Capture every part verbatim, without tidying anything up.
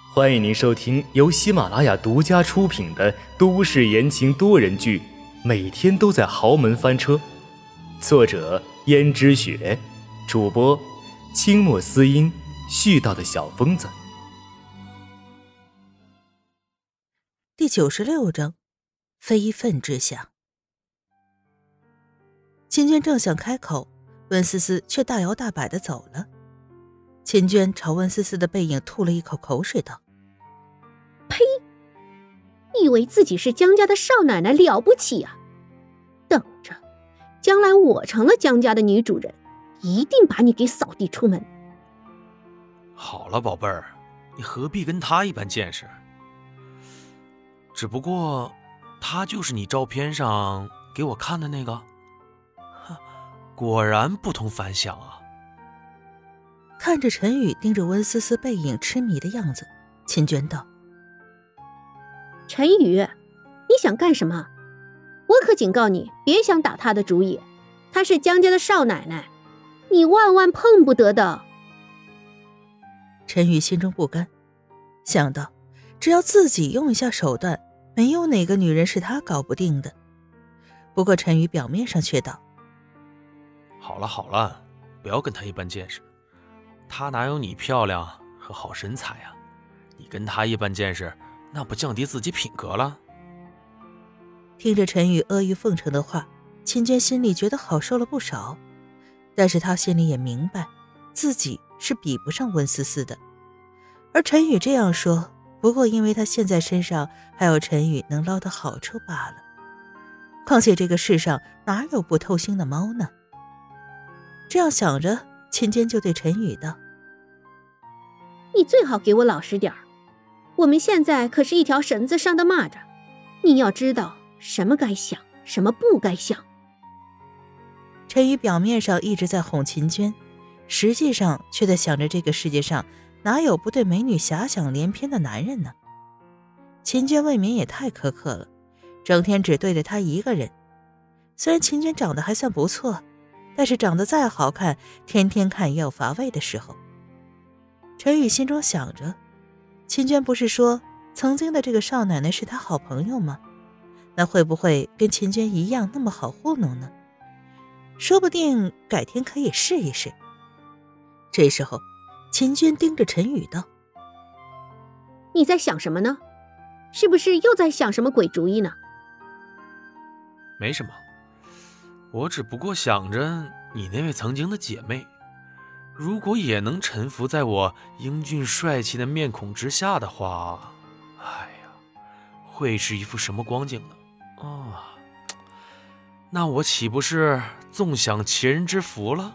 欢迎您收听由喜马拉雅独家出品的都市言情多人剧《每天都在豪门翻车》，作者胭脂雪，主播清墨思音，絮叨的小疯子。 第九十六章，非分之想。秦娟正想开口，温思思却大摇大摆地走了。秦娟朝温思思的背影吐了一口口水，道： 呸！以为自己是江家的少奶奶了不起啊？等着，将来我成了江家的女主人，一定把你给扫地出门。 好了，宝贝儿，你何必跟他一般见识？只不过，他就是你照片上给我看的那个，果然不同凡响啊！ 看着陈宇盯着温思思背影痴迷的样子，秦娟道： 陈宇，你想干什么？我可警告你，别想打他的主意，她是江家的少奶奶，你万万碰不得的。 陈宇心中不甘，想到只要自己用一下手段，没有哪个女人是他搞不定的。不过陈宇表面上却道： 好了好了，不要跟他一般见识，他哪有你漂亮和好身材啊？你跟他一般见识，那不降低自己品格了？ 听着陈宇阿谀奉承的话，秦娟心里觉得好受了不少，但是她心里也明白自己是比不上温思思的。而陈宇这样说，不过因为他现在身上还有陈宇能捞的好处罢了。况且这个世上哪有不偷腥的猫呢？这样想着，秦娟就对陈宇道： 你最好给我老实点儿，我们现在可是一条绳子上的蚂蚱，你要知道什么该想，什么不该想。 陈宇表面上一直在哄秦娟，实际上却在想着这个世界上哪有不对美女遐想连篇的男人呢？秦娟未免也太苛刻了，整天只对着他一个人。虽然秦娟长得还算不错，但是长得再好看，天天看也有乏味的时候。陈宇心中想着，秦娟不是说曾经的这个少奶奶是他好朋友吗？那会不会跟秦娟一样那么好糊弄呢？说不定改天可以试一试。这时候秦娟盯着陈宇道： 你在想什么呢？是不是又在想什么鬼主意呢？ 没什么，我只不过想着你那位曾经的姐妹，如果也能臣服在我英俊帅气的面孔之下的话，哎呀，会是一副什么光景呢？哦，那我岂不是纵享其人之福了？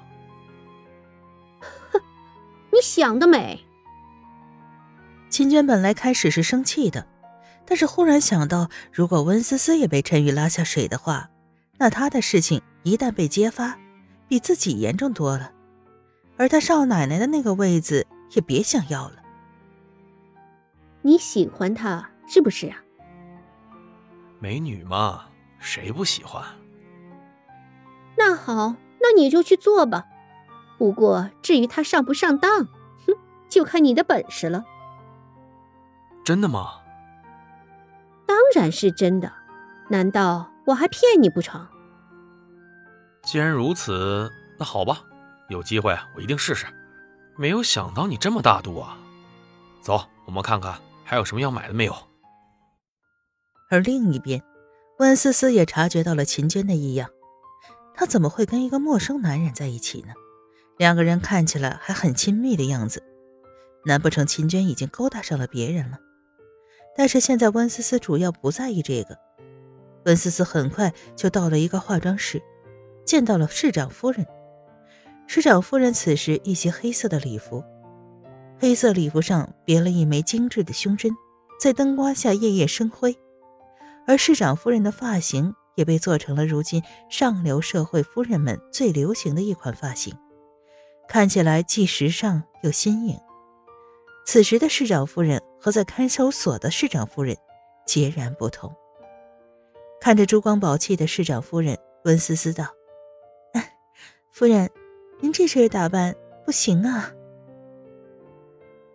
你想得美。 秦娟本来开始是生气的，但是忽然想到，如果温思思也被陈宇拉下水的话，那她的事情一旦被揭发，比自己严重多了，而她少奶奶的那个位子也别想要了。 你喜欢她是不是啊？ 美女嘛，谁不喜欢？ 那好，那你就去做吧。不过至于她上不上当，哼，就看你的本事了。 真的吗？ 当然是真的，难道我还骗你不成？ 既然如此，那好吧，有机会我一定试试。没有想到你这么大度啊！走，我们看看还有什么要买的没有。 而另一边，温思思也察觉到了秦娟的异样，她怎么会跟一个陌生男人在一起呢？两个人看起来还很亲密的样子，难不成秦娟已经勾搭上了别人了？但是现在温思思主要不在意这个。温思思很快就到了一个化妆室，见到了市长夫人。市长夫人此时一袭黑色的礼服，黑色礼服上别了一枚精致的胸针，在灯光下夜夜生辉。而市长夫人的发型也被做成了如今上流社会夫人们最流行的一款发型，看起来既时尚又新颖。此时的市长夫人和在看守所的市长夫人截然不同。看着珠光宝气的市长夫人，温思思道：啊，夫人，您这身打扮不行啊。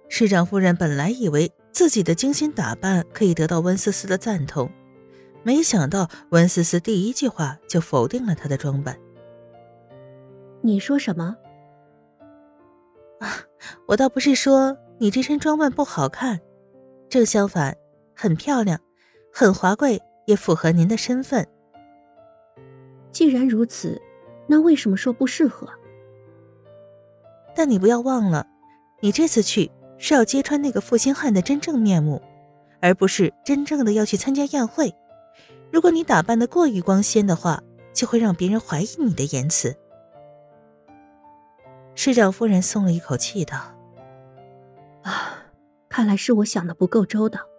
市长夫人本来以为自己的精心打扮可以得到温思思的赞同，没想到温思思第一句话就否定了她的装扮。 你说什么？ 啊，我倒不是说你这身装扮不好看，正相反，很漂亮，很华贵，也符合您的身份。 既然如此，那为什么说不适合？ 但你不要忘了，你这次去是要揭穿那个负心汉的真正面目，而不是真正的要去参加宴会。如果你打扮得过于光鲜的话，就会让别人怀疑你的言辞。市长夫人松了一口气道： 啊，看来是我想的不够周到。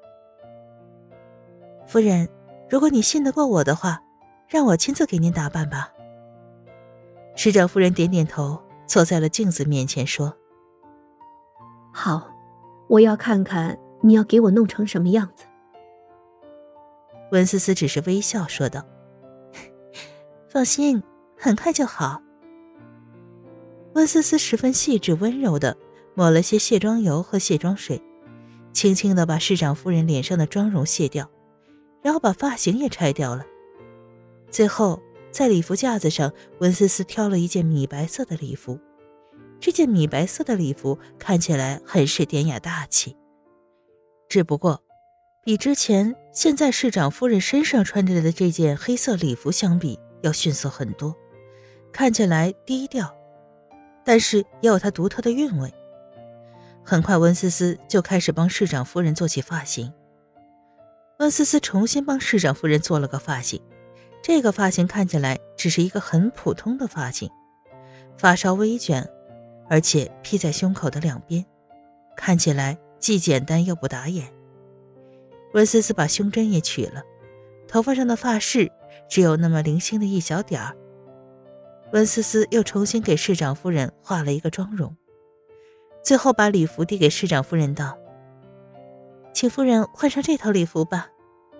夫人，如果你信得过我的话，让我亲自给您打扮吧。市长夫人点点头，坐在了镜子面前说： 好，我要看看你要给我弄成什么样子。 温思思只是微笑说道：放心，很快就好。温思思十分细致温柔地抹了些卸妆油和卸妆水，轻轻地把市长夫人脸上的妆容卸掉，然后把发型也拆掉了。最后在礼服架子上，温思思挑了一件米白色的礼服。这件米白色的礼服看起来很是典雅大气，只不过比之前现在市长夫人身上穿着的这件黑色礼服相比要逊色很多，看起来低调，但是也有它独特的韵味。很快温思思就开始帮市长夫人做起发型。温思思重新帮市长夫人做了个发型，这个发型看起来只是一个很普通的发型，发梢微卷，而且披在胸口的两边，看起来既简单又不打眼。温思思把胸针也取了，头发上的发饰只有那么零星的一小点儿。温思思又重新给市长夫人画了一个妆容，最后把礼服递给市长夫人道：请夫人换上这套礼服吧。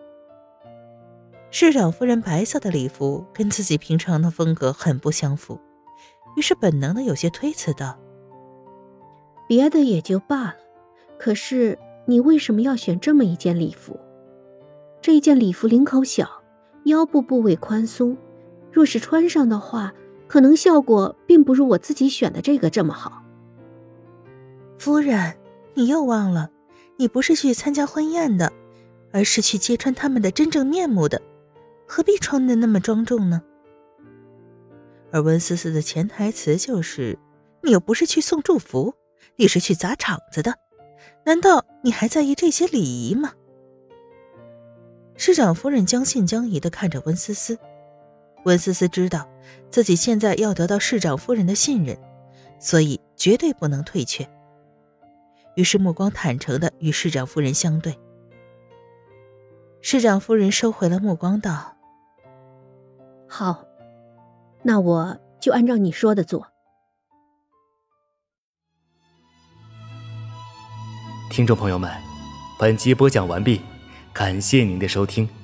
市长夫人白色的礼服跟自己平常的风格很不相符，于是本能的有些推辞道： 别的也就罢了，可是你为什么要选这么一件礼服？这一件礼服领口小，腰部部位宽松，若是穿上的话，可能效果并不如我自己选的这个这么好。 夫人，你又忘了，你不是去参加婚宴的，而是去揭穿他们的真正面目的，何必穿得那么庄重呢？而温思思的潜台词就是，你又不是去送祝福，你是去砸场子的，难道你还在意这些礼仪吗？市长夫人将信将疑地看着温思思，温思思知道自己现在要得到市长夫人的信任，所以绝对不能退却，于是目光坦诚地与市长夫人相对。市长夫人收回了目光道： 好，那我就按照你说的做。 听众朋友们，本集播讲完毕，感谢您的收听。